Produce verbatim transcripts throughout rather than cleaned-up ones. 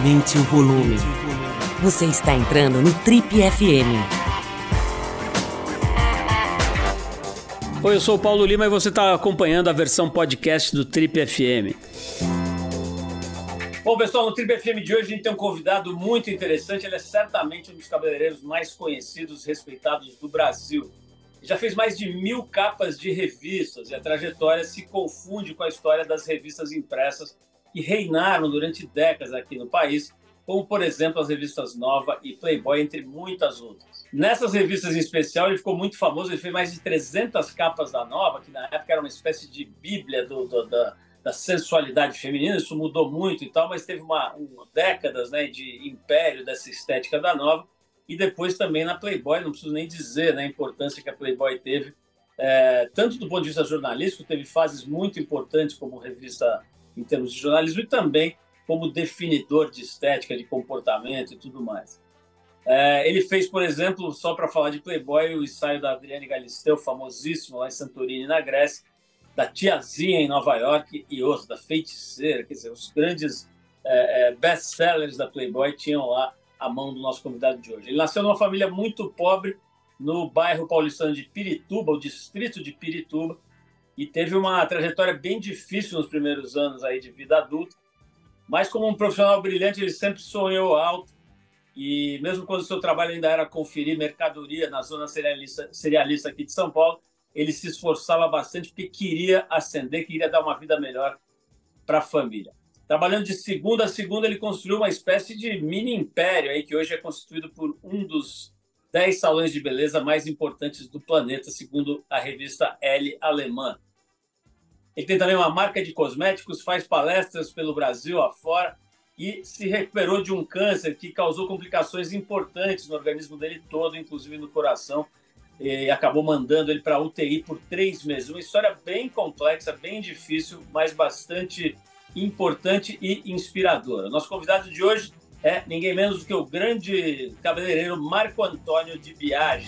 Aumente o volume. Você está entrando no Trip F M. Oi, eu sou o Paulo Lima e você está acompanhando a versão podcast do Trip F M. Bom, pessoal, no Trip F M de hoje a gente tem um convidado muito interessante. Ele é certamente um dos cabeleireiros mais conhecidos e respeitados do Brasil. Ele já fez mais de mil capas de revistas e a trajetória se confunde com a história das revistas impressas que reinaram durante décadas aqui no país, como, por exemplo, as revistas Nova e Playboy, entre muitas outras. Nessas revistas em especial, ele ficou muito famoso. Ele fez mais de trezentas capas da Nova, que na época era uma espécie de bíblia do, do, da, da sensualidade feminina. Isso mudou muito e tal, mas teve uma, uma décadas, né, de império dessa estética da Nova. E depois também na Playboy, não preciso nem dizer, né, a importância que a Playboy teve, é, tanto do ponto de vista jornalístico, teve fases muito importantes como revista em termos de jornalismo, e também como definidor de estética, de comportamento e tudo mais. É, ele fez, por exemplo, só para falar de Playboy, o ensaio da Adriane Galisteu, famosíssimo lá em Santorini, na Grécia, da Tiazinha em Nova York e outros, da Feiticeira. Quer dizer, os grandes é, é, best-sellers da Playboy tinham lá a mão do nosso convidado de hoje. Ele nasceu numa família muito pobre no bairro paulistano de Pirituba, o distrito de Pirituba, e teve uma trajetória bem difícil nos primeiros anos aí de vida adulta, mas como um profissional brilhante, ele sempre sonhou alto, e mesmo quando o seu trabalho ainda era conferir mercadoria na zona cerealista, cerealista aqui de São Paulo, ele se esforçava bastante porque queria ascender, queria dar uma vida melhor para a família. Trabalhando de segunda a segunda, ele construiu uma espécie de mini império aí, que hoje é constituído por um dos dez salões de beleza mais importantes do planeta, segundo a revista Elle alemã. Ele tem também uma marca de cosméticos, faz palestras pelo Brasil afora e se recuperou de um câncer que causou complicações importantes no organismo dele todo, inclusive no coração, e acabou mandando ele para a U T I por três meses. Uma história bem complexa, bem difícil, mas bastante importante e inspiradora. Nosso convidado de hoje é ninguém menos do que o grande cabeleireiro Marco Antônio de Biagi.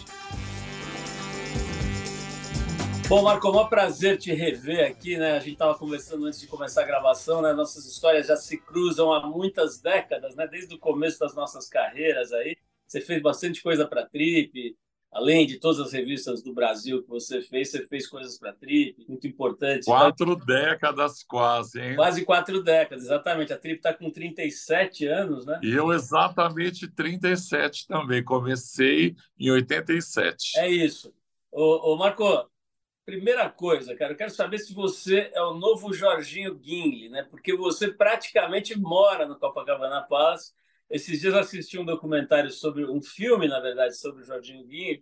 Bom, Marco, é um maior prazer te rever aqui, né? A gente estava conversando antes de começar a gravação, né? Nossas histórias já se cruzam há muitas décadas, né? Desde o começo das nossas carreiras aí. Você fez bastante coisa para a Trip, além de todas as revistas do Brasil que você fez, você fez coisas para a Trip, muito importante. Quatro décadas quase, hein? Quase quatro décadas, exatamente. A Trip está com trinta e sete anos, né? E eu exatamente trinta e sete também. Comecei em oitenta e sete. É isso. Ô, ô Marco, primeira coisa, cara, eu quero saber se você é o novo Jorginho Gimli, né? Porque você praticamente mora no Copacabana Palace. Esses dias eu assisti um documentário sobre um filme, na verdade, sobre o Jorginho Gimli,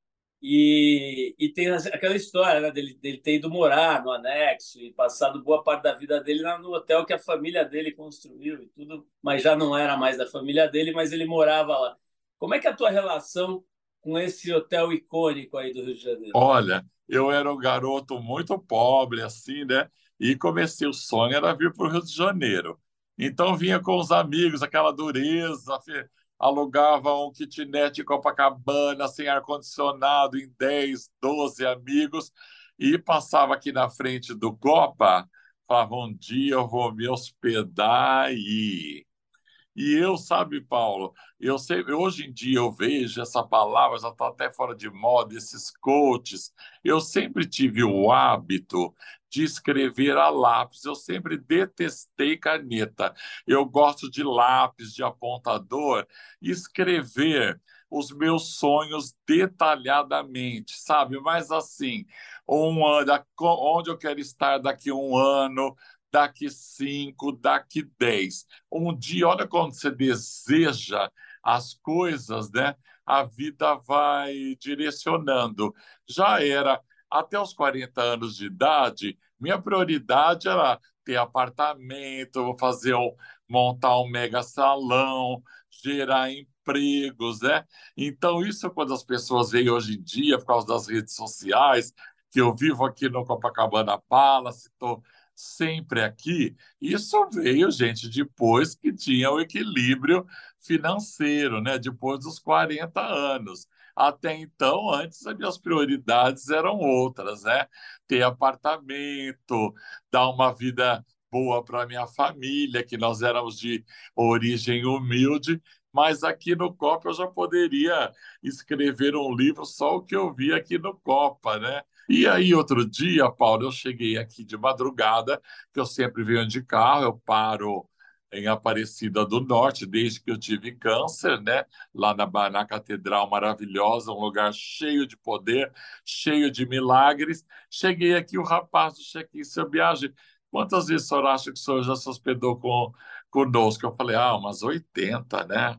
e, e tem aquela história, né, dele, dele ter ido morar no anexo e passado boa parte da vida dele no hotel que a família dele construiu e tudo, mas já não era mais da família dele, mas ele morava lá. Como é que é a tua relação com esse hotel icônico aí do Rio de Janeiro? Olha, eu era um garoto muito pobre, assim, né? E comecei, o sonho era vir para o Rio de Janeiro. Então vinha com os amigos, aquela dureza, fe- alugava um kitnet em Copacabana, sem ar-condicionado, em dez, doze amigos, e passava aqui na frente do Copa, falava, um dia eu vou me hospedar aí. E eu, sabe, Paulo, eu sei, hoje em dia eu vejo essa palavra, já está até fora de moda, esses coaches. Eu sempre tive o hábito de escrever a lápis, eu sempre detestei caneta. Eu gosto de lápis, de apontador, e escrever os meus sonhos detalhadamente, sabe? Mas assim, um ano, onde eu quero estar daqui a um ano, daqui cinco, daqui dez. Um dia, olha quando você deseja as coisas, né? A vida vai direcionando. Já era até os quarenta anos de idade, minha prioridade era ter apartamento, fazer um, montar um mega salão, gerar empregos, né? Então, isso quando as pessoas veem hoje em dia, por causa das redes sociais, que eu vivo aqui no Copacabana Palace, estou sempre aqui. Isso veio, gente, depois que tinha o equilíbrio financeiro, né? Depois dos quarenta anos. Até então, antes, as minhas prioridades eram outras, né? Ter apartamento, dar uma vida boa para minha família, que nós éramos de origem humilde, mas aqui no Copa eu já poderia escrever um livro só o que eu vi aqui no Copa, né? E aí, outro dia, Paulo, eu cheguei aqui de madrugada, que eu sempre venho de carro, eu paro em Aparecida do Norte, desde que eu tive câncer, né? Lá na, na Catedral maravilhosa, um lugar cheio de poder, cheio de milagres. Cheguei aqui, o rapaz do check-in, seu viagem, quantas vezes o senhor acha que o senhor já se hospedou com, conosco? Eu falei, ah, umas oitenta, né?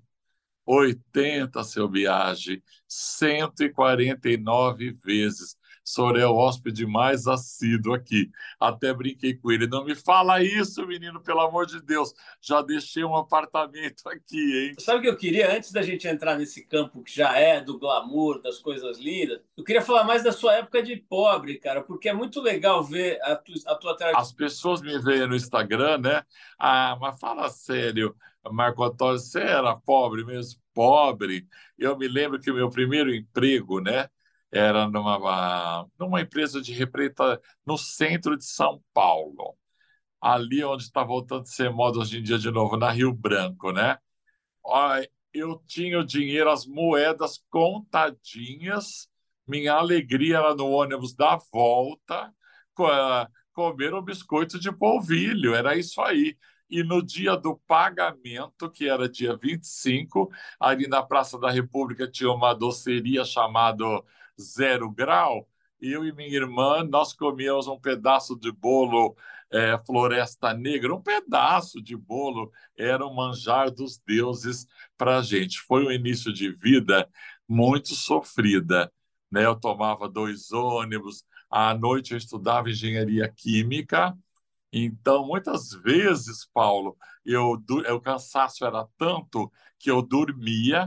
Oitenta, seu Biagi, cento e quarenta e nove vezes. O senhor é o hóspede mais assíduo aqui. Até brinquei com ele. Não me fala isso, menino, pelo amor de Deus. Já deixei um apartamento aqui, hein? Sabe o que eu queria, antes da gente entrar nesse campo que já é do glamour, das coisas lindas, eu queria falar mais da sua época de pobre, cara, porque é muito legal ver a, tu, a tua trajetória. As pessoas me veem no Instagram, né? Ah, mas fala sério, Marco Antônio, você era pobre mesmo? Pobre. Eu me lembro que o meu primeiro emprego, né? Era numa, numa empresa de repreta no centro de São Paulo, ali onde está voltando a ser moda hoje em dia de novo, na Rio Branco, né? Olha, eu tinha o dinheiro, as moedas contadinhas, minha alegria era no ônibus da volta, co- eh, comer um biscoito de polvilho, era isso aí. E no dia do pagamento, que era dia vinte e cinco, ali na Praça da República tinha uma doceria chamada Zero Grau, eu e minha irmã, nós comíamos um pedaço de bolo eh, Floresta Negra, um pedaço de bolo era o manjar dos deuses para a gente. Foi um início de vida muito sofrida, né? Eu tomava dois ônibus, à noite eu estudava engenharia química, então muitas vezes, Paulo, eu, du- o cansaço era tanto que eu dormia,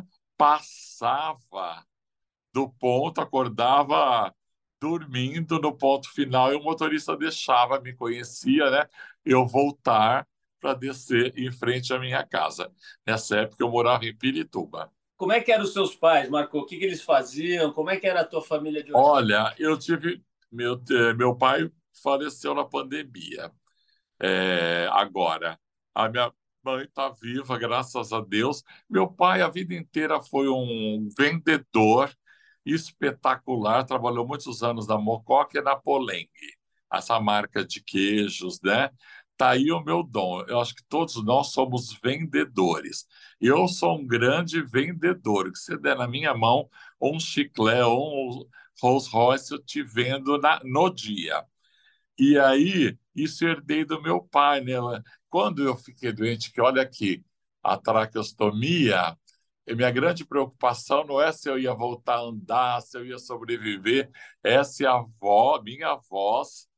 passava do ponto, acordava dormindo no ponto final e o motorista deixava, me conhecia, né? Eu voltar para descer em frente à minha casa. Nessa época eu morava em Pirituba. Como é que eram os seus pais, Marco? O que, que eles faziam? Como é que era a tua família de origem? Olha, eu tive meu eh, meu pai faleceu na pandemia. É, agora, a minha mãe está viva, graças a Deus. Meu pai, a vida inteira, foi um vendedor espetacular, trabalhou muitos anos na Mococa e na Poleng, essa marca de queijos, né? Tá aí o meu dom. Eu acho que todos nós somos vendedores. Eu sou um grande vendedor. O que você der na minha mão, um chiclete, um Rolls Royce, eu te vendo na, no dia. E aí, isso eu herdei do meu pai, né? Quando eu fiquei doente, que olha aqui, a traqueostomia, e minha grande preocupação não é se eu ia voltar a andar, se eu ia sobreviver, é se a avó, minha voz,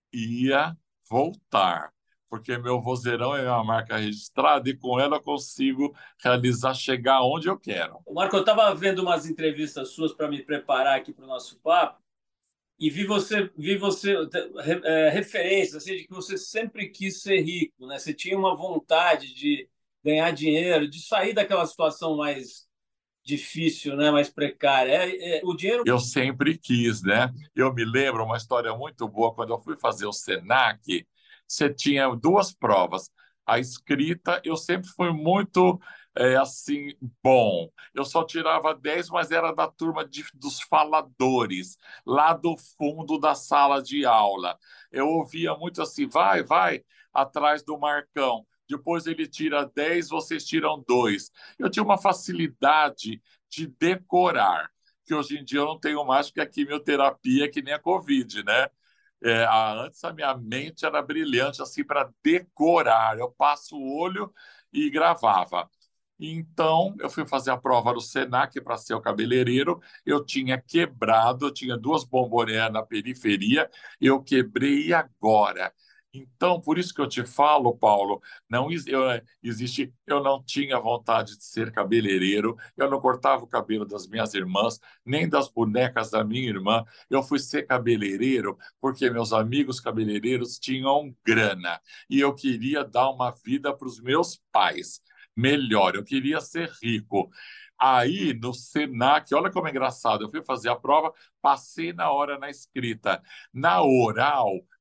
ia voltar. Porque meu vozeirão é uma marca registrada e com ela eu consigo realizar, chegar onde eu quero. Marco, eu estava vendo umas entrevistas suas para me preparar aqui para o nosso papo e vi você, vi você é, referências assim, de que você sempre quis ser rico, né? Você tinha uma vontade de ganhar dinheiro, de sair daquela situação mais difícil, né? Mais precária. É, é, o dinheiro. Eu sempre quis, né? Eu me lembro uma história muito boa, quando eu fui fazer o Senac, você tinha duas provas. A escrita, eu sempre fui muito, é, assim, bom. Eu só tirava dez, mas era da turma de- dos faladores, lá do fundo da sala de aula. Eu ouvia muito assim, vai, vai, atrás do Marcão. Depois ele tira dez, vocês tiram dois. Eu tinha uma facilidade de decorar que hoje em dia eu não tenho mais, porque a quimioterapia é que nem a Covid, né? É, a- antes a minha mente era brilhante, assim, para decorar. Eu passo o olho e gravava. Então, eu fui fazer a prova no Senac para ser o cabeleireiro. Eu tinha quebrado, eu tinha duas bombonières na periferia, eu quebrei agora. Então, por isso que eu te falo, Paulo, não ex- eu, existe, eu não tinha vontade de ser cabeleireiro, eu não cortava o cabelo das minhas irmãs, nem das bonecas da minha irmã. Eu fui ser cabeleireiro porque meus amigos cabeleireiros tinham grana e eu queria dar uma vida para os meus pais melhor, eu queria ser rico. Aí, no Senac, olha como é engraçado, eu fui fazer a prova, passei na hora na escrita. Na oral,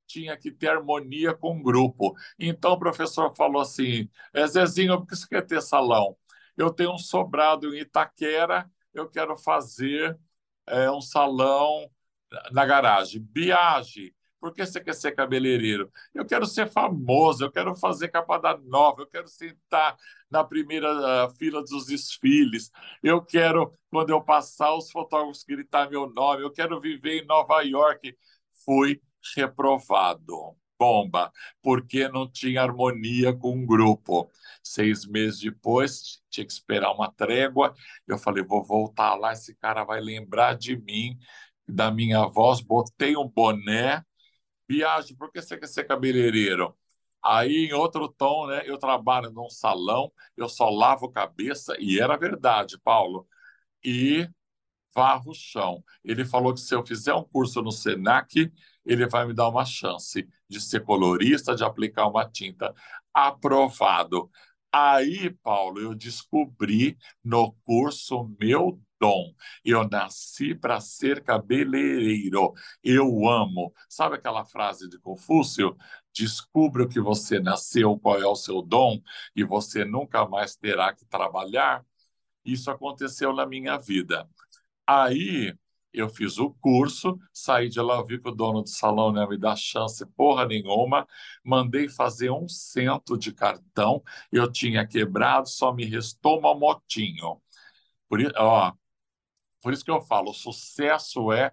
tinha que ter harmonia com o grupo. Então o professor falou assim: é, Zezinho, por que você quer ter salão? Eu tenho um sobrado em Itaquera, eu quero fazer é, um salão na garagem. Biagi, por que você quer ser cabeleireiro? Eu quero ser famoso, eu quero fazer capa da nova, eu quero sentar na primeira uh, fila dos desfiles, eu quero, quando eu passar, os fotógrafos gritar meu nome, eu quero viver em Nova York. Fui reprovado. Bomba, porque não tinha harmonia com o grupo. Seis meses depois, tinha que esperar uma trégua. Eu falei, vou voltar lá, esse cara vai lembrar de mim, da minha voz. Botei um boné, viagem, por que você quer ser cabeleireiro? Aí, em outro tom, né? Eu trabalho num salão, eu só lavo cabeça, e era verdade, Paulo. E varro o chão. Ele falou que se eu fizer um curso no Senac, ele vai me dar uma chance de ser colorista, de aplicar uma tinta. Aprovado. Aí, Paulo, eu descobri no curso meu dom. Eu nasci para ser cabeleireiro. Eu amo. Sabe aquela frase de Confúcio? Descubra o que você nasceu, qual é o seu dom, e você nunca mais terá que trabalhar. Isso aconteceu na minha vida. Aí eu fiz o curso, saí de lá, vi que o dono do salão não ia me dar chance porra nenhuma, mandei fazer um cento de cartão, eu tinha quebrado, só me restou uma motinho. Por, i- ó, por isso que eu falo, o sucesso é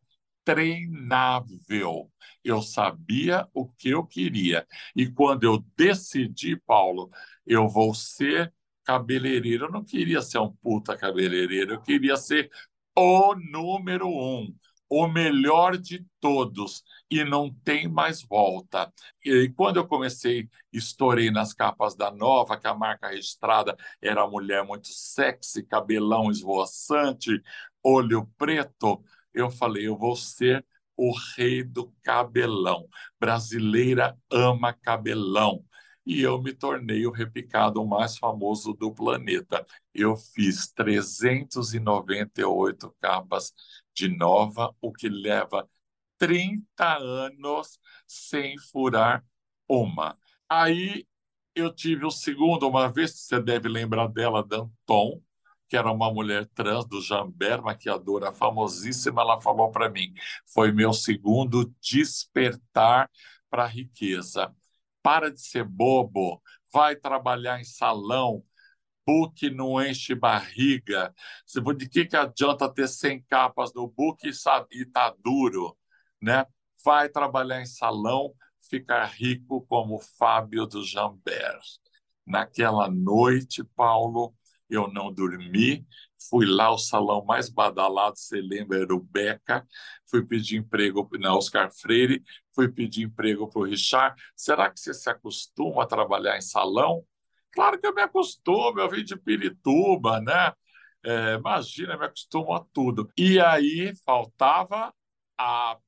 treinável. Eu sabia o que eu queria. E quando eu decidi, Paulo, eu vou ser cabeleireiro, eu não queria ser um puta cabeleireiro, eu queria ser o número um, o melhor de todos. E não tem mais volta. E quando eu comecei, estourei nas capas da Nova, que a marca registrada era uma mulher muito sexy, cabelão esvoaçante, olho preto, eu falei, eu vou ser o rei do cabelão. Brasileira ama cabelão. E eu me tornei o repicado mais famoso do planeta. Eu fiz trezentas e noventa e oito capas de Nova, o que leva trinta anos sem furar uma. Aí eu tive o segundo, uma vez que você deve lembrar dela, Danton, que era uma mulher trans do Jambert, maquiadora famosíssima, ela falou para mim, foi meu segundo despertar para a riqueza. Para de ser bobo, vai trabalhar em salão, book não enche barriga. De que, que adianta ter cem capas no book e, sabe, e tá duro, né? Vai trabalhar em salão, ficar rico como Fábio do Jambert. Naquela noite, Paulo, eu não dormi, fui lá ao salão mais badalado, você lembra, era o Beca, fui pedir emprego na Oscar Freire, fui pedir emprego para o Richard. Será que você se acostuma a trabalhar em salão? Claro que eu me acostumo, eu vim de Pirituba, né? É, imagina, eu me acostumo a tudo. E aí faltava a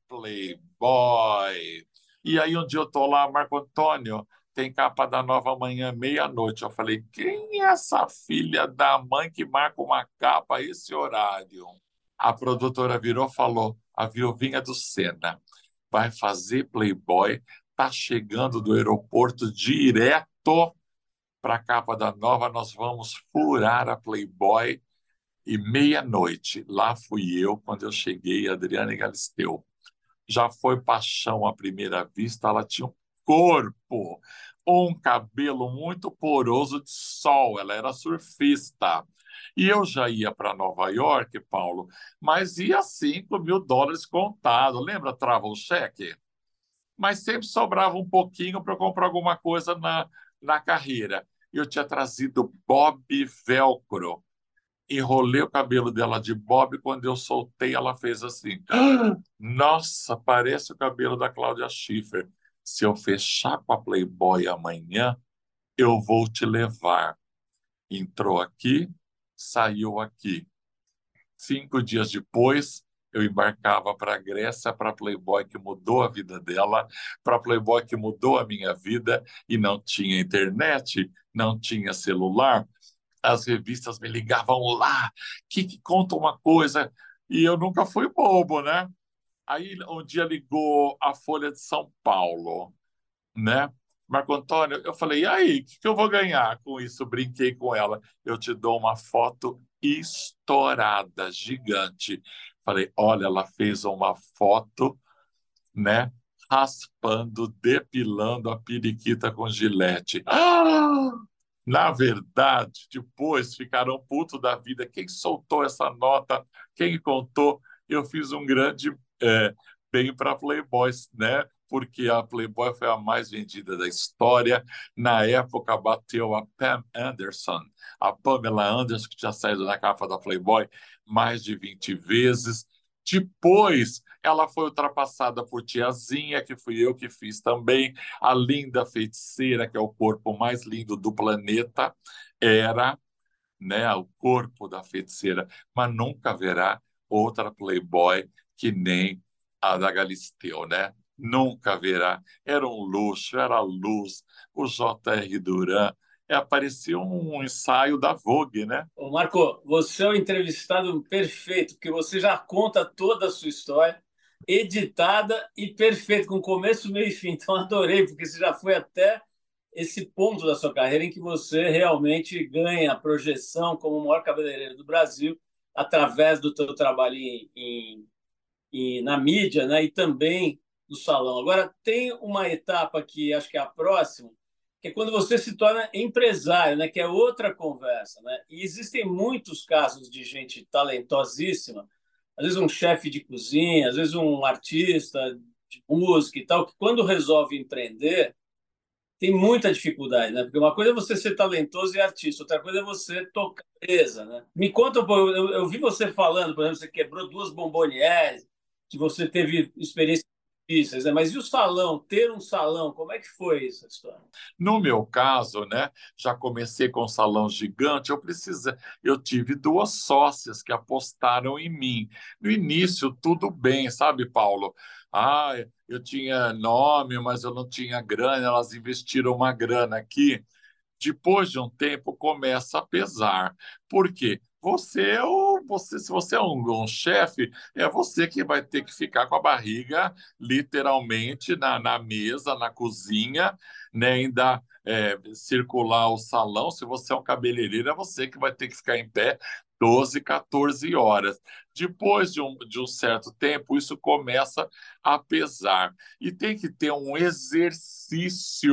Playboy. E aí um dia eu tô lá, Marco Antônio, tem capa da Nova Manhã, meia-noite. Eu falei, quem é essa filha da mãe que marca uma capa a esse horário? A produtora virou e falou, a Vilvinha do Sena vai fazer Playboy, tá chegando do aeroporto direto para a capa da Nova, nós vamos furar a Playboy. E meia-noite, lá fui eu, quando eu cheguei, Adriana Galisteu. Já foi paixão à primeira vista, ela tinha um corpo, um cabelo muito poroso de sol, ela era surfista. E eu já ia para Nova York, Paulo, mas ia cinco mil dólares contado. Lembra Travel Check? Mas sempre sobrava um pouquinho para eu comprar alguma coisa na, na carreira. Eu tinha trazido Bob Velcro. Enrolei o cabelo dela de Bob. Quando eu soltei, ela fez assim: "Ah, nossa, parece o cabelo da Cláudia Schiffer. Se eu fechar com a Playboy amanhã, eu vou te levar." Entrou aqui, saiu aqui. Cinco dias depois, eu embarcava para a Grécia, para a Playboy que mudou a vida dela, para a Playboy que mudou a minha vida, e não tinha internet, não tinha celular. As revistas me ligavam lá, que, que conta uma coisa, e eu nunca fui bobo, né? Aí um dia ligou a Folha de São Paulo, né? Marco Antônio, eu falei, e aí, o que que eu vou ganhar com isso? Brinquei com ela. Eu te dou uma foto estourada, gigante. Falei, olha, ela fez uma foto, né? Raspando, depilando a periquita com gilete. Ah! Na verdade, depois ficaram puto da vida. Quem soltou essa nota? Quem contou? Eu fiz um grande é, bem para Playboy, né? Porque a Playboy foi a mais vendida da história. Na época, bateu a Pam Anderson, a Pamela Anderson, que tinha saído da capa da Playboy mais de vinte vezes. Depois, ela foi ultrapassada por Tiazinha, que fui eu que fiz também. A Linda Feiticeira, que é o corpo mais lindo do planeta, era, né, o corpo da feiticeira, mas nunca haverá outra Playboy que nem a da Galisteu, né? Nunca haverá. Era um luxo, era luz, o J R. Duran. É, parecia um ensaio da Vogue, né? Ô, Marco, você é o entrevistado perfeito, porque você já conta toda a sua história, editada e perfeito, com começo, meio e fim. Então, adorei, porque você já foi até esse ponto da sua carreira em que você realmente ganha a projeção como o maior cabeleireiro do Brasil através do teu trabalho em, em, em- na mídia, né? E também no salão. Agora, tem uma etapa que acho que é a próxima, que é quando você se torna empresário, né? Que é outra conversa, né? E existem muitos casos de gente talentosíssima, às vezes um chefe de cozinha, às vezes um artista de música e tal, que quando resolve empreender tem muita dificuldade, né? Porque uma coisa é você ser talentoso e artista, outra coisa é você tocar empresa, né? Me conta um pouco, eu, eu vi você falando, por exemplo, você quebrou duas bombonières, que você teve experiências difíceis, né? Mas e o salão, ter um salão, como é que foi essa história? No meu caso, né, já comecei com um salão gigante, eu precisa, eu tive duas sócias que apostaram em mim. No início, tudo bem, sabe, Paulo? Ah, eu tinha nome, mas eu não tinha grana, elas investiram uma grana aqui. Depois de um tempo começa a pesar. Por quê? Você, é o- você, se você é um, um chefe, é você que vai ter que ficar com a barriga literalmente na, na mesa, na cozinha, né? Ainda é, circular o salão. Se você é um cabeleireiro, é você que vai ter que ficar em pé doze, quatorze horas. Depois de um, de um certo tempo, isso começa a pesar. E tem que ter um exercício,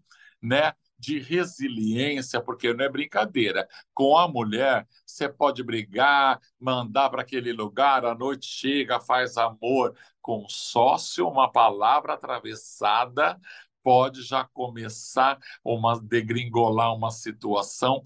né? De resiliência, porque não é brincadeira. Com a mulher, você pode brigar, mandar para aquele lugar, à noite chega, faz amor. Com o sócio, uma palavra atravessada pode já começar uma degringolar uma situação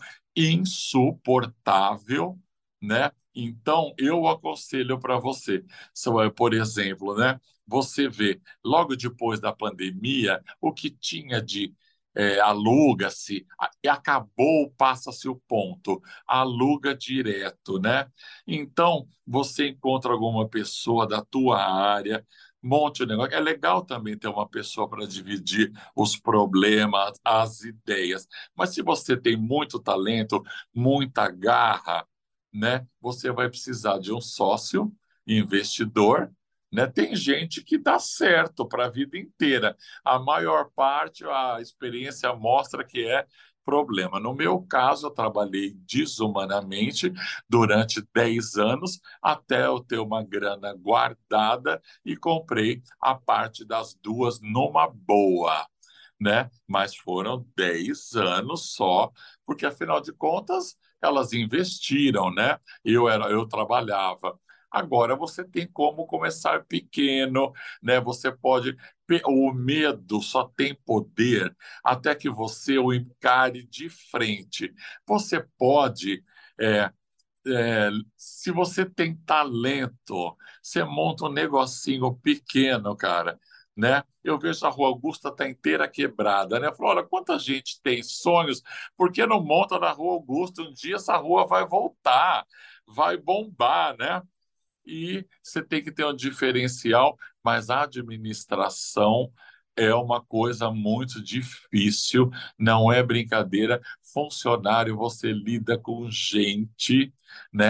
insuportável, né? Então, eu aconselho para você, por exemplo, né? Você vê, logo depois da pandemia, o que tinha de é, aluga-se, e acabou, passa-se o ponto, aluga direto, né? Então, você encontra alguma pessoa da tua área, monte o negócio. É legal também ter uma pessoa para dividir os problemas, as ideias. Mas se você tem muito talento, muita garra, né? Você vai precisar de um sócio, investidor, né? Tem gente que dá certo para a vida inteira. A maior parte, a experiência mostra que é problema. No meu caso, eu trabalhei desumanamente durante dez anos até eu ter uma grana guardada e comprei a parte das duas numa boa, né? Mas foram dez anos só, porque afinal de contas elas investiram, né? Eu era, eu trabalhava. Agora você tem como começar pequeno, né? Você pode. O medo só tem poder até que você o encare de frente. Você pode. É, é, se você tem talento, você monta um negocinho pequeno, cara, né? Eu vejo a Rua Augusta tá inteira quebrada, né? Eu falo, olha, quanta gente tem sonhos, por que não monta na Rua Augusta? Um dia essa rua vai voltar, vai bombar, né? E você tem que ter um diferencial, mas a administração é uma coisa muito difícil, não é brincadeira. Funcionário, você lida com gente, né?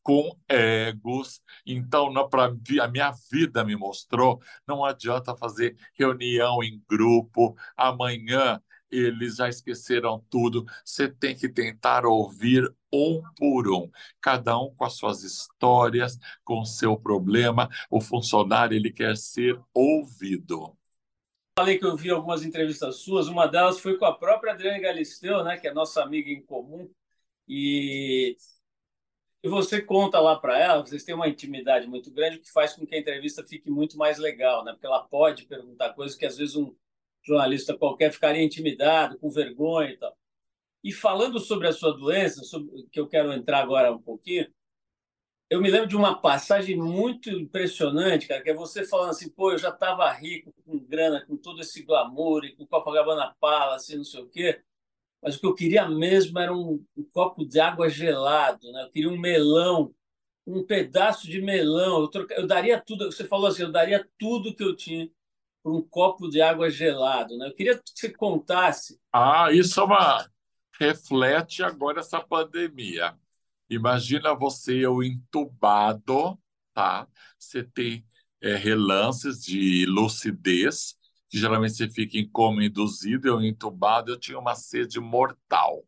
com egos. Então, não, pra, a minha vida me mostrou, não adianta fazer reunião em grupo. Amanhã eles já esqueceram tudo. Você tem que tentar ouvir um por um, cada um com as suas histórias, com o seu problema. O funcionário ele quer ser ouvido. Falei que eu vi algumas entrevistas suas, uma delas foi com a própria Adriane Galisteu, né, que é nossa amiga em comum, e, e você conta lá para ela, vocês têm uma intimidade muito grande, o que faz com que a entrevista fique muito mais legal, né, porque ela pode perguntar coisas que às vezes um jornalista qualquer ficaria intimidado, com vergonha e tal. E falando sobre a sua doença, sobre, que eu quero entrar agora um pouquinho, eu me lembro de uma passagem muito impressionante, cara, que é você falando assim, pô, eu já estava rico, com grana, com todo esse glamour, e com Copacabana Palace, não sei o quê, mas o que eu queria mesmo era um, um copo de água gelado, né? Eu queria um melão, um pedaço de melão. Eu, troca... eu daria tudo, você falou assim, eu daria tudo que eu tinha por um copo de água gelado, né? Eu queria que você contasse. Ah, isso é uma reflete agora essa pandemia. Imagina você eu entubado, tá? Você tem é, relances de lucidez, que geralmente você fica em coma induzido, eu entubado, eu tinha uma sede mortal.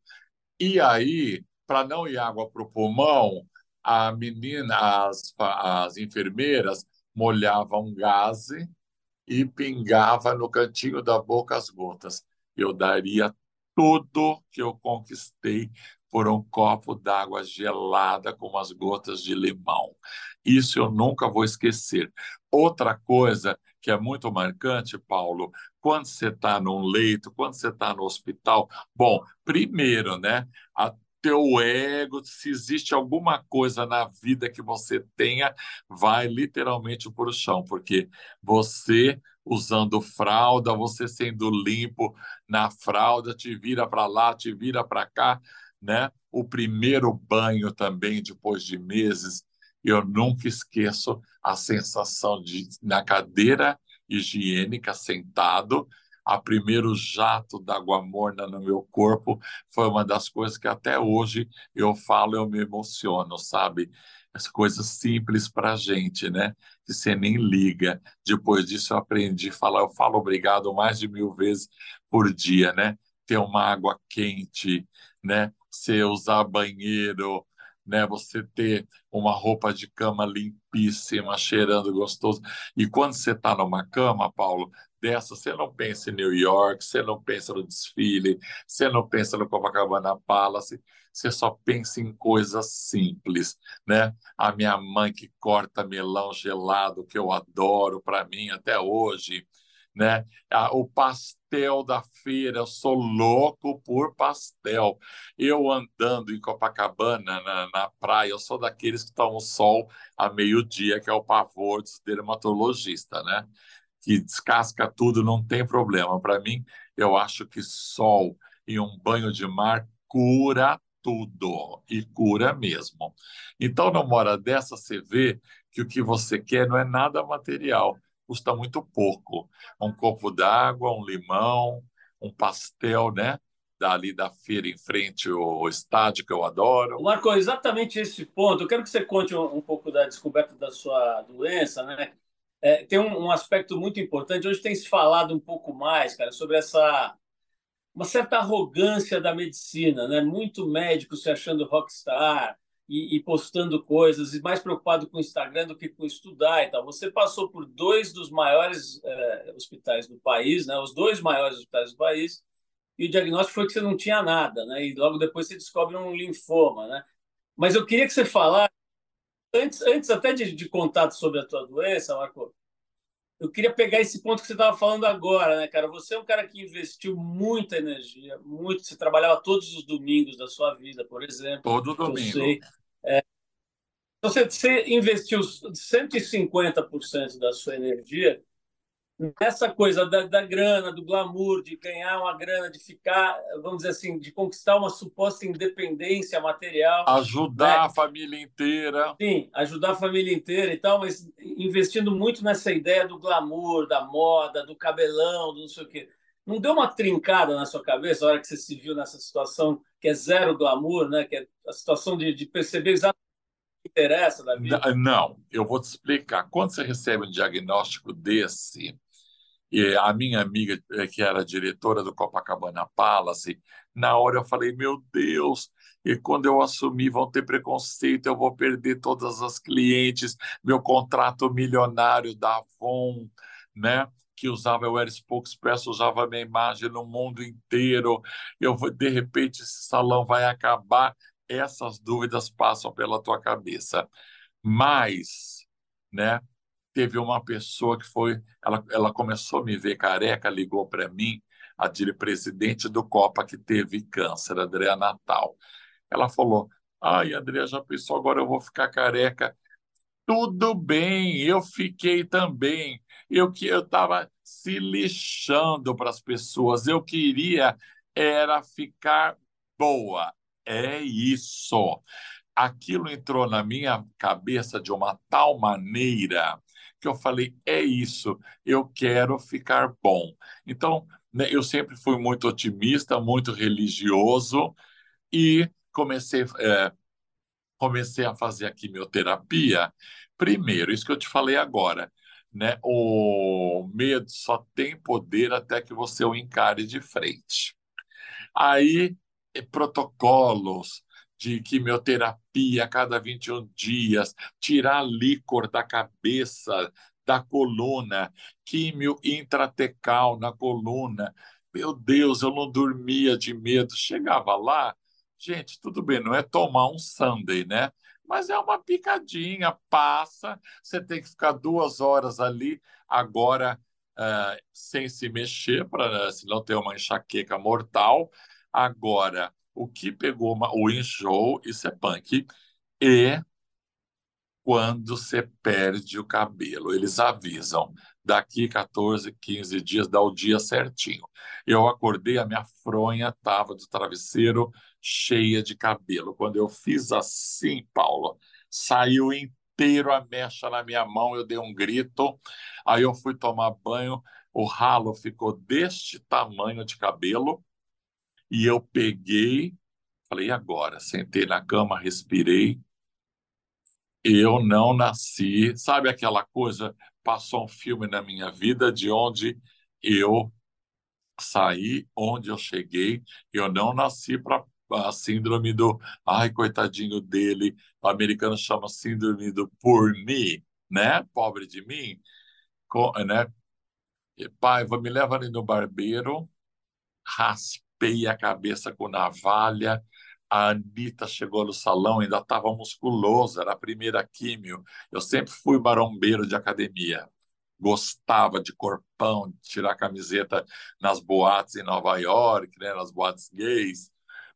E aí, para não ir água para o pulmão, a menina, as, as enfermeiras molhavam gaze e pingava no cantinho da boca as gotas. Eu daria tudo que eu conquistei por um copo d'água gelada com umas gotas de limão. Isso eu nunca vou esquecer. Outra coisa que é muito marcante, Paulo, quando você está num leito, quando você está no hospital, bom, primeiro, né, a teu ego, se existe alguma coisa na vida que você tenha, vai literalmente para o chão, porque você usando fralda, você sendo limpo na fralda, te vira para lá, te vira para cá, né? O primeiro banho também, depois de meses, eu nunca esqueço a sensação de na cadeira higiênica, sentado, a primeiro jato d'água morna no meu corpo foi uma das coisas que até hoje eu falo, eu me emociono, sabe? As coisas simples para a gente, né? Que você nem liga. Depois disso, eu aprendi a falar, eu falo obrigado mais de mil vezes por dia, né? Ter uma água quente, né? Você usar banheiro, né? Você ter uma roupa de cama limpíssima, cheirando gostoso. E quando você está numa cama, Paulo, dessa, você não pensa em New York, você não pensa no desfile, você não pensa no Copacabana Palace, você só pensa em coisas simples, né? A minha mãe que corta melão gelado, que eu adoro para mim até hoje, né? Ah, o pastel da feira, eu sou louco por pastel. Eu andando em Copacabana, na, na praia, eu sou daqueles que tomam sol a meio-dia, que é o pavor dos dermatologistas, né? Que descasca tudo, não tem problema. Para mim, eu acho que sol e um banho de mar cura tudo, e cura mesmo. Então, numa hora dessa, você vê que o que você quer não é nada material, custa muito pouco. Um copo d'água, um limão, um pastel, né? Dali da feira em frente ao estádio que eu adoro. Marco, exatamente esse ponto. Eu quero que você conte um, um pouco da descoberta da sua doença, né? É, tem um, um aspecto muito importante. Hoje tem se falado um pouco mais, cara, sobre essa uma certa arrogância da medicina, né? Muito médico se achando rockstar e, e postando coisas e mais preocupado com o Instagram do que com estudar e tal. Você passou por dois dos maiores é, hospitais do país, né? Os dois maiores hospitais do país, e o diagnóstico foi que você não tinha nada, né? E logo depois você descobre um linfoma, né? Mas eu queria que você falasse, antes, antes até de, de contato sobre a tua doença, Marco, eu queria pegar esse ponto que você estava falando agora, né, cara? Você é um cara que investiu muita energia, muito. Você trabalhava todos os domingos da sua vida, por exemplo, Todo que eu domingo. sei. Então, você, você investiu cento e cinquenta por cento da sua energia nessa coisa da, da grana, do glamour, de ganhar uma grana, de ficar, vamos dizer assim, de conquistar uma suposta independência material, Ajudar né? a família inteira. Sim, ajudar a família inteira e tal, mas investindo muito nessa ideia do glamour, da moda, do cabelão, do não sei o quê. Não deu uma trincada na sua cabeça a hora que você se viu nessa situação que é zero glamour, né? Que é a situação de, de perceber exatamente interessa da vida? Não, eu vou te explicar. Quando você recebe um diagnóstico desse, e a minha amiga, eh, que era diretora do Copacabana Palace, na hora eu falei, meu Deus, e quando eu assumir vão ter preconceito, eu vou perder todas as clientes, meu contrato milionário da Avon, né? Que usava, eu era spokesperson, usava a minha imagem no mundo inteiro. Eu vou, de repente, esse salão vai acabar. Essas dúvidas passam pela tua cabeça. Mas, né? Teve uma pessoa que foi, ela, ela começou a me ver careca, ligou para mim, a dire- presidente do Copa que teve câncer, Andréa Natal. Ela falou: Ai, Andréa, já pensou, agora eu vou ficar careca? Tudo bem, eu fiquei também. Eu que eu estava se lixando para as pessoas. Eu queria era ficar boa. É isso. Aquilo entrou na minha cabeça de uma tal maneira que eu falei: é isso, eu quero ficar bom. Então, né, eu sempre fui muito otimista, muito religioso e comecei, é, comecei a fazer a quimioterapia. Primeiro, isso que eu te falei agora, né? O medo só tem poder até que você o encare de frente. Aí, eh, protocolos de quimioterapia a cada vinte e um dias, tirar líquor da cabeça, da coluna, químio intratecal na coluna. Meu Deus, eu não dormia de medo. Chegava lá, gente, tudo bem, não é tomar um sundae, né? Mas é uma picadinha, passa, você tem que ficar duas horas ali, agora, ah, sem se mexer, para senão ter uma enxaqueca mortal. Agora, o que pegou uma- o enjoo, isso é punk, e quando você perde o cabelo. Eles avisam, daqui quatorze, quinze dias, dá o dia certinho. Eu acordei, a minha fronha estava do travesseiro cheia de cabelo. Quando eu fiz assim, Paulo, saiu inteiro a mecha na minha mão, eu dei um grito, aí eu fui tomar banho, o ralo ficou deste tamanho de cabelo, e eu peguei, falei, e agora? Sentei na cama, respirei. Eu não nasci. Sabe aquela coisa? Passou um filme na minha vida de onde eu saí, onde eu cheguei. Eu não nasci para a síndrome do, ai, coitadinho dele. O americano chama síndrome do poor me, né? Pobre de mim, Co- né? E, pai, me leva ali no barbeiro. Raspei a cabeça com navalha. A Anitta chegou no salão, ainda estava musculoso, era a primeira químio. Eu sempre fui marombeiro de academia. Gostava de corpão, de tirar camiseta nas boates em Nova York, né, nas boates gays.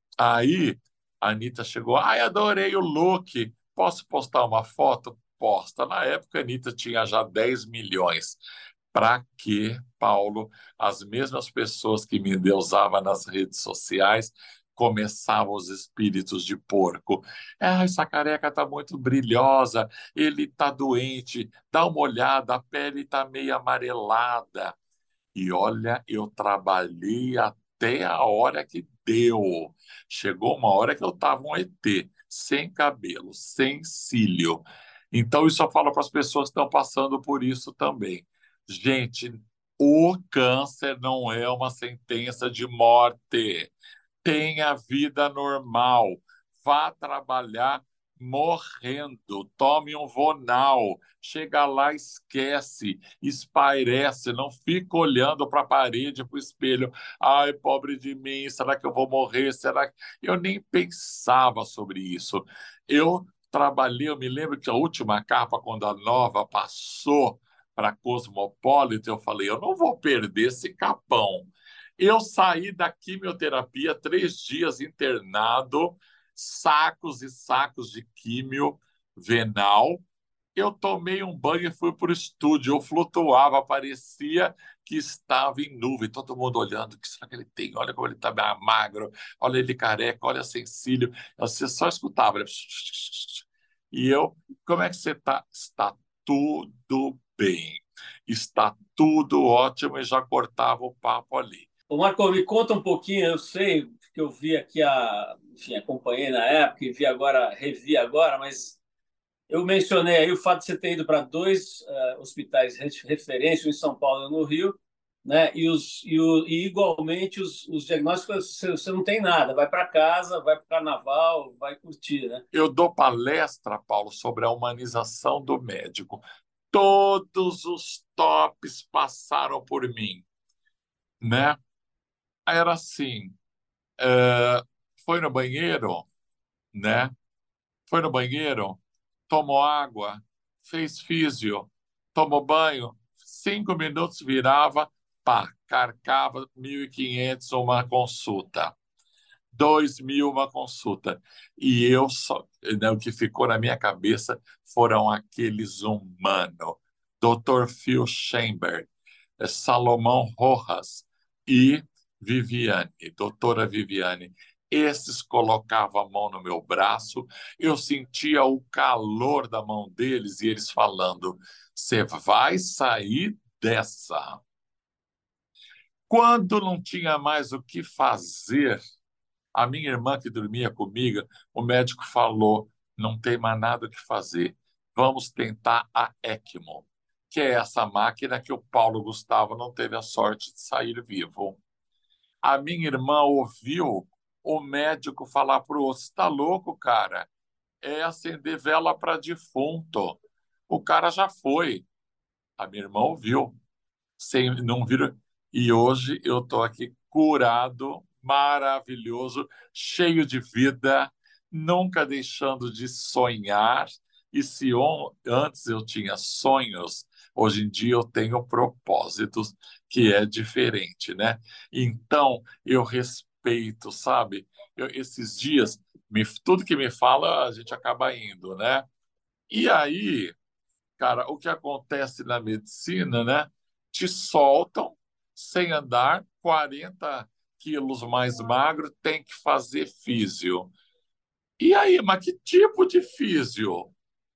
Aí a Anitta chegou, ai, adorei o look. Posso postar uma foto? Posta. Na época, a Anitta tinha já dez milhões. Para que, Paulo, as mesmas pessoas que me endeusavam nas redes sociais começavam os espíritos de porco? Ah, essa careca está muito brilhosa, ele está doente, dá uma olhada, a pele está meio amarelada. E olha, eu trabalhei até a hora que deu. Chegou uma hora que eu estava um E T, sem cabelo, sem cílio. Então, isso eu falo para as pessoas que estão passando por isso também. Gente, o câncer não é uma sentença de morte. Tenha vida normal, vá trabalhar morrendo, tome um Vonal, chega lá, esquece, espairece, não fica olhando para a parede, para o espelho. Ai, pobre de mim, será que eu vou morrer? Será que... Eu nem pensava sobre isso. Eu trabalhei, eu me lembro que a última capa, quando a Nova passou para Cosmopolitan, eu falei, eu não vou perder esse capão. Eu saí da quimioterapia, três dias internado, sacos e sacos de químio venal. Eu tomei um banho e fui para o estúdio. Eu flutuava, parecia que estava em nuvem. Todo mundo olhando, o que será que ele tem? Olha como ele está magro, olha ele careca, olha sem cílio. Você só escutava. Né? E eu, como é que você está? Está tudo bem. Está tudo ótimo e já cortava o papo ali. Ô, Marco, me conta um pouquinho, eu sei que eu vi aqui, a, enfim, acompanhei na época e vi agora, revi agora, mas eu mencionei aí o fato de você ter ido para dois uh, hospitais de referência, um em São Paulo e um no Rio, né? E, os, e, o, e igualmente os, os diagnósticos, você, você não tem nada, vai para casa, vai para o carnaval, vai curtir, né? Eu dou palestra, Paulo, sobre a humanização do médico. Todos os tops passaram por mim, né? Era assim, é, foi no banheiro, né? Foi no banheiro, tomou água, fez físio, tomou banho, cinco minutos virava, pá, carcava mil e quinhentos uma consulta, dois mil uma consulta. E eu só, né, o que ficou na minha cabeça foram aqueles humanos, doutor Phil Chamber, eh, Salomão Rojas e Viviane, doutora Viviane. Esses colocavam a mão no meu braço, eu sentia o calor da mão deles e eles falando: você vai sair dessa. Quando não tinha mais o que fazer, a minha irmã que dormia comigo, o médico falou: não tem mais nada o que fazer, vamos tentar a ECMO, que é essa máquina que o Paulo Gustavo não teve a sorte de sair vivo. A minha irmã ouviu o médico falar para o outro: está louco, cara? É acender vela para defunto. O cara já foi. A minha irmã ouviu, sem não vir. E hoje eu estou aqui curado, maravilhoso, cheio de vida, nunca deixando de sonhar. E se on- antes eu tinha sonhos, hoje em dia eu tenho propósitos, que é diferente, né? Então eu respeito, sabe? Eu- esses dias, me- tudo que me fala, a gente acaba indo, né? E aí, cara, o que acontece na medicina, né? Te soltam sem andar, quarenta quilos mais magro, tem que fazer físio. E aí, mas que tipo de físio?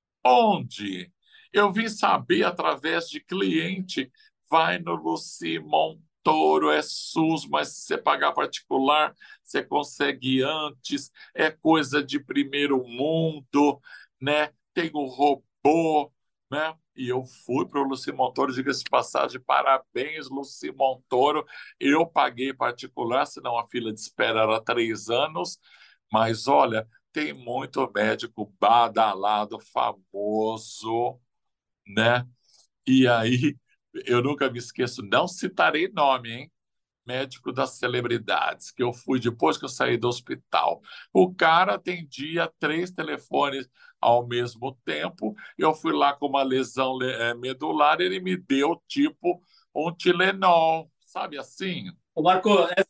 Onde? Eu vim saber através de cliente. Vai no Luci Montoro, é SUS, mas se você pagar particular, você consegue antes. É coisa de primeiro mundo, né? Tem o robô, né? E eu fui para o Luci Montoro, diga-se de passagem, parabéns, Luci Montoro. Eu paguei particular, senão a fila de espera era três anos. Mas olha, tem muito médico badalado, famoso, né? E aí, eu nunca me esqueço, não citarei nome, hein? Médico das celebridades, que eu fui depois que eu saí do hospital. O cara atendia três telefones ao mesmo tempo. Eu fui lá com uma lesão eh, medular, ele me deu tipo um Tilenol, sabe assim? Ô Marco,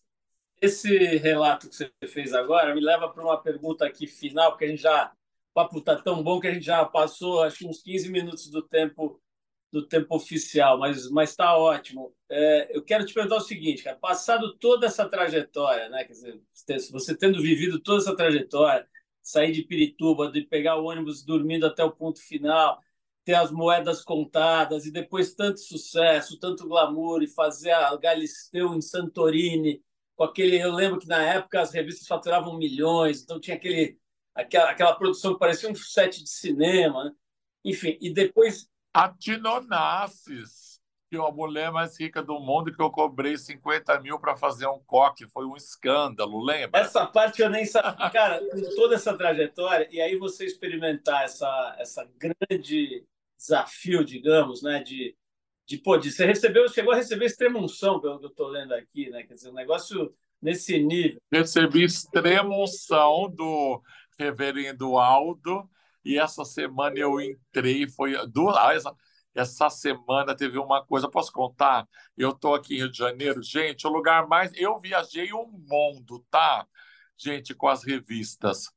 esse relato que você fez agora me leva para uma pergunta aqui final, porque a gente já, o papo está tão bom que a gente já passou acho que uns quinze minutos do tempo do tempo oficial, mas mas está ótimo. É, eu quero te perguntar o seguinte, cara, passado toda essa trajetória, né, quer dizer, você tendo vivido toda essa trajetória, sair de Pirituba, de pegar o ônibus dormindo até o ponto final, ter as moedas contadas e depois tanto sucesso, tanto glamour e fazer a Galisteu em Santorini com aquele, eu lembro que na época as revistas faturavam milhões, então tinha aquele aquela, aquela produção que parecia um set de cinema, né? Enfim, e depois A Tinonassis, que é a mulher mais rica do mundo, que eu cobrei cinquenta mil para fazer um coque. Foi um escândalo, lembra? essa parte eu nem sabia. Cara, com toda essa trajetória, e aí você experimentar essa, essa grande desafio, digamos, né, de, de, pô, de você recebeu, chegou a receber extrema-unção, pelo que eu estou lendo aqui, né? Quer dizer, um negócio nesse nível. Recebi extrema unção do reverendo Aldo, e essa semana eu entrei, foi duas, ah, essa, essa semana teve uma coisa, posso contar? Eu estou aqui em Rio de Janeiro, gente, o lugar mais, eu viajei o mundo, tá? Gente, com as revistas.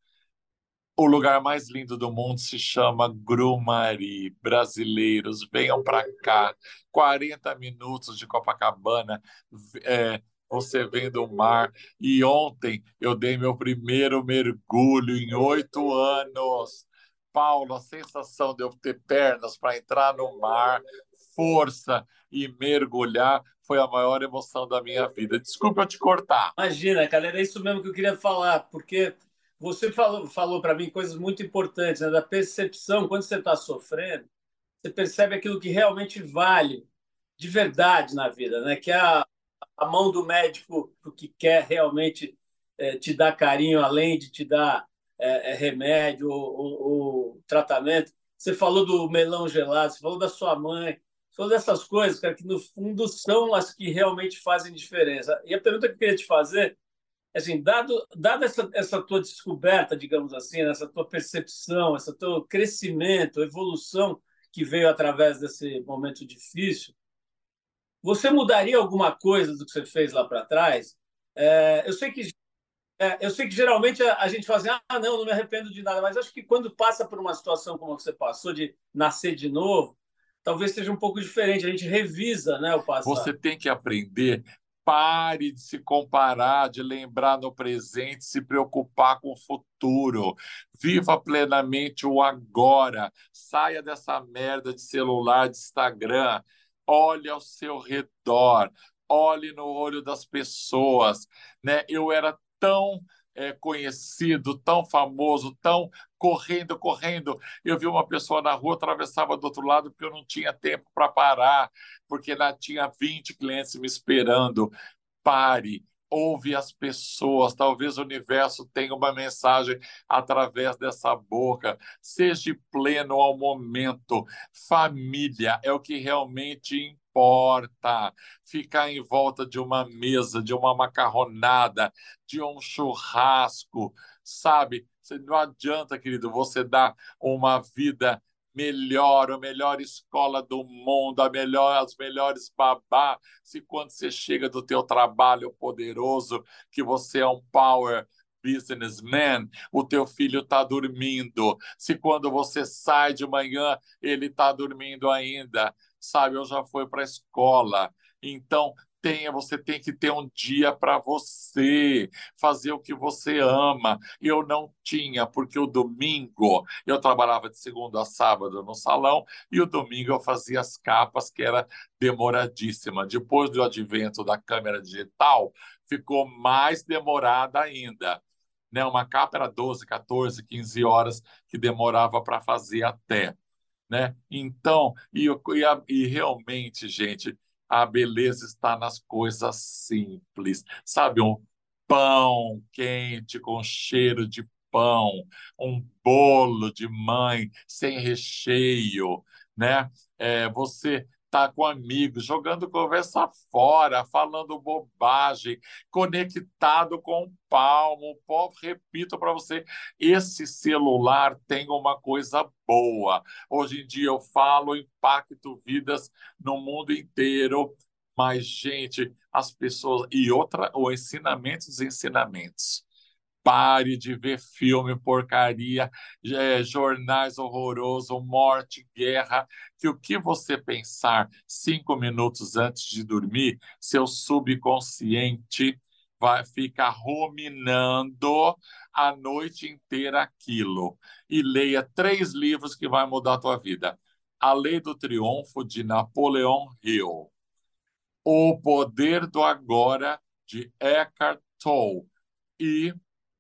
O lugar mais lindo do mundo se chama Grumari. Brasileiros, venham para cá. quarenta minutos de Copacabana, é, você vendo o mar. E ontem eu dei meu primeiro mergulho em oito anos. Paulo, a sensação de eu ter pernas para entrar no mar, força e mergulhar foi a maior emoção da minha vida. Desculpa eu te cortar. Imagina, cara, era isso mesmo que eu queria falar, porque você falou, falou para mim coisas muito importantes, né? Da percepção. Quando você está sofrendo, você percebe aquilo que realmente vale de verdade na vida, né? Que é a, a mão do médico que quer realmente é, te dar carinho, além de te dar é, é, remédio ou, ou, ou tratamento. Você falou do melão gelado, você falou da sua mãe, você falou dessas coisas, cara, que no fundo são as que realmente fazem diferença. E a pergunta que eu queria te fazer assim, dado, dado essa, essa tua descoberta, digamos assim, essa tua percepção, esse teu crescimento, evolução que veio através desse momento difícil, você mudaria alguma coisa do que você fez lá para trás? É, eu sei que é, eu sei que geralmente a, a gente fala assim, ah, não, não me arrependo de nada, mas acho que quando passa por uma situação como a que você passou, de nascer de novo, talvez seja um pouco diferente. A gente revisa, né, o Você passado. tem que aprender. Pare de se comparar, de lembrar no presente, se preocupar com o futuro. Viva plenamente o agora. Saia dessa merda de celular, de Instagram. Olhe ao seu redor. Olhe no olho das pessoas, né? Eu era tão é, conhecido, tão famoso, tão correndo, correndo. Eu vi uma pessoa na rua, atravessava do outro lado porque eu não tinha tempo para parar porque lá tinha vinte clientes me esperando. Pare, ouve as pessoas, talvez o universo tenha uma mensagem através dessa boca. Seja pleno ao momento. Família é o que realmente importa. Ficar em volta de uma mesa, de uma macarronada, de um churrasco, sabe? Não adianta, querido, você dar uma vida melhor, a melhor escola do mundo, a melhor, as melhores babá, se quando você chega do teu trabalho poderoso, que você é um power businessman, o teu filho está dormindo, se quando você sai de manhã, ele está dormindo ainda, sabe, eu já fui para a escola, então tenha, você tem que ter um dia para você, fazer o que você ama. Eu não tinha, porque o domingo eu trabalhava de segunda a sábado no salão e o domingo eu fazia as capas, que era demoradíssima. Depois do advento da câmera digital, ficou mais demorada ainda. Né? Uma capa era doze, quatorze, quinze horas que demorava para fazer até. Né? Então, e, e, a, e realmente, gente, a beleza está nas coisas simples. Sabe, um pão quente com cheiro de pão, um bolo de mãe sem recheio, né? É, você tá com amigos, jogando conversa fora, falando bobagem, conectado com o palmo. Pô, repito para você, esse celular tem uma coisa boa. Hoje em dia eu falo, impacto vidas no mundo inteiro, mas, gente, as pessoas. E outra, o ensinamento dos ensinamentos. Pare de ver filme, porcaria, é, jornais horrorosos, morte, guerra, que o que você pensar cinco minutos antes de dormir, seu subconsciente vai ficar ruminando a noite inteira aquilo. E leia três livros que vai mudar a tua vida. A Lei do Triunfo, de Napoleão Hill. O Poder do Agora, de Eckhart Tolle. E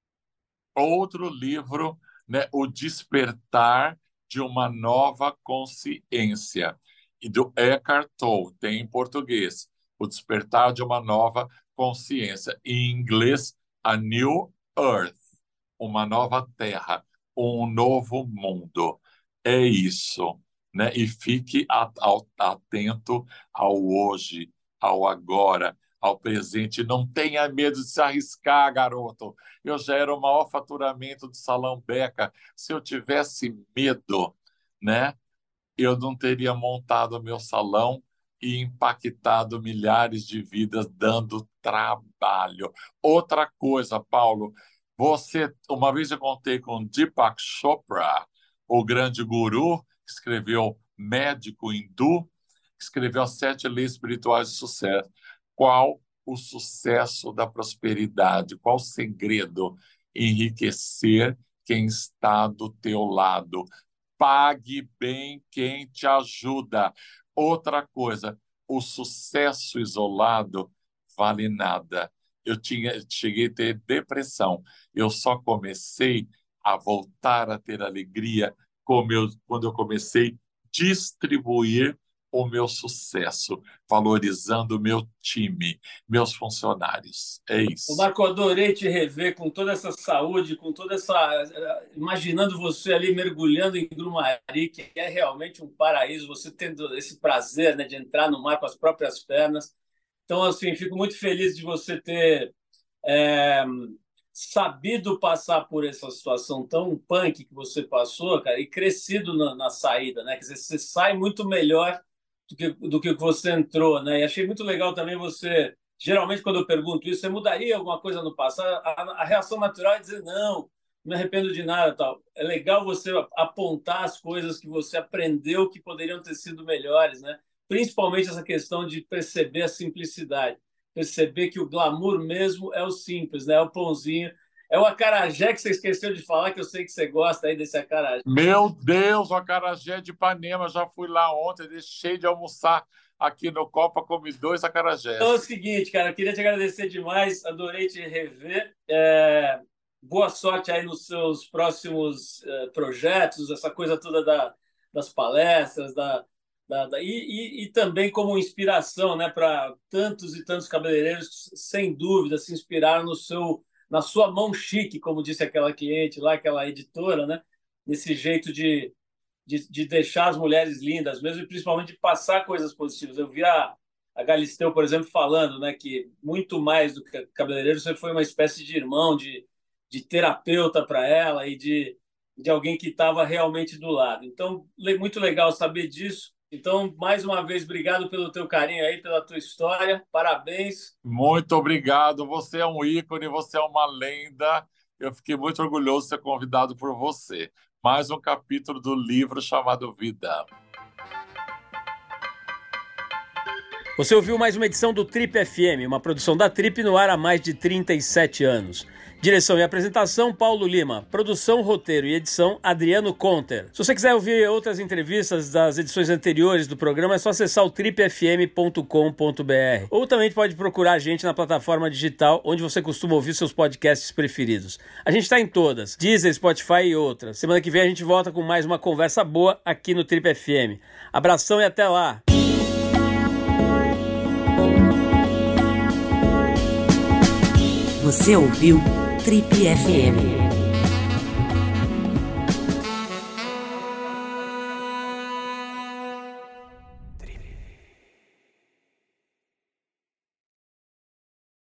outro livro, né, O Despertar de uma Nova Consciência, e do Eckhart Tolle, tem em português, O Despertar de uma Nova Consciência, em inglês, A New Earth, uma nova terra, um novo mundo. É isso, né? E fique atento ao hoje, ao agora, ao presente. Não tenha medo de se arriscar, garoto. Eu já era o maior faturamento do Salão Beca. Se eu tivesse medo, né, eu não teria montado o meu salão e impactado milhares de vidas dando trabalho. Outra coisa, Paulo, você, uma vez eu contei com Deepak Chopra, o grande guru que escreveu Médico Hindu, que escreveu as sete leis espirituais de sucesso. Qual o sucesso da prosperidade? Qual o segredo? Enriquecer quem está do teu lado. Pague bem quem te ajuda. Outra coisa, o sucesso isolado vale nada. eu tinha, cheguei a ter depressão. Eu só comecei a voltar a ter alegria como eu, quando eu comecei a distribuir o meu sucesso, valorizando o meu time, meus funcionários. É O isso. Marco, adorei te rever com toda essa saúde, com toda essa. Imaginando você ali mergulhando em Grumari, que é realmente um paraíso, você tendo esse prazer, né, de entrar no mar com as próprias pernas. Então, assim, fico muito feliz de você ter é, sabido passar por essa situação tão punk que você passou, cara, e crescido na, na saída, né? Quer dizer, você sai muito melhor do que, do que você entrou, né? E achei muito legal também você. Geralmente, quando eu pergunto isso, você mudaria alguma coisa no passado? A, a reação natural é dizer não, não me arrependo de nada, tal. É legal você apontar as coisas que você aprendeu que poderiam ter sido melhores, né? Principalmente essa questão de perceber a simplicidade, perceber que o glamour mesmo é o simples, né? É o pãozinho, é o acarajé que você esqueceu de falar, que eu sei que você gosta aí desse acarajé. Meu Deus, o acarajé de Ipanema, já fui lá ontem, deixei de almoçar aqui no Copa, comi dois Então é o acarajés. seguinte, cara, eu queria te agradecer demais, adorei te rever. É, boa sorte aí nos seus próximos é, projetos, essa coisa toda da, das palestras, da, da, da e, e, e também como inspiração, né, para tantos e tantos cabeleireiros, sem dúvida, se inspiraram no seu, na sua mão chique, como disse aquela cliente lá, aquela editora, né, nesse jeito de, de, de deixar as mulheres lindas mesmo, e principalmente de passar coisas positivas. Eu vi a a Galisteu, por exemplo, falando, né, que muito mais do que cabeleireiro, você foi uma espécie de irmão, de, de terapeuta para ela e de, de alguém que estava realmente do lado. Então, muito legal saber disso. Então, mais uma vez, obrigado pelo teu carinho aí, pela tua história. Parabéns. Muito obrigado. Você é um ícone, você é uma lenda. Eu fiquei muito orgulhoso de ser convidado por você. Mais um capítulo do livro chamado Vida. Você ouviu mais uma edição do Trip F M, uma produção da Trip no ar há mais de trinta e sete anos. Direção e apresentação, Paulo Lima. Produção, roteiro e edição, Adriano Conter. Se você quiser ouvir outras entrevistas das edições anteriores do programa, é só acessar o trip f m ponto com ponto b r. Ou também pode procurar a gente na plataforma digital onde você costuma ouvir seus podcasts preferidos. A gente está em todas, Deezer, Spotify e outras. Semana que vem a gente volta com mais uma conversa boa aqui no Trip F M. Abração e até lá! Você ouviu Trip F M.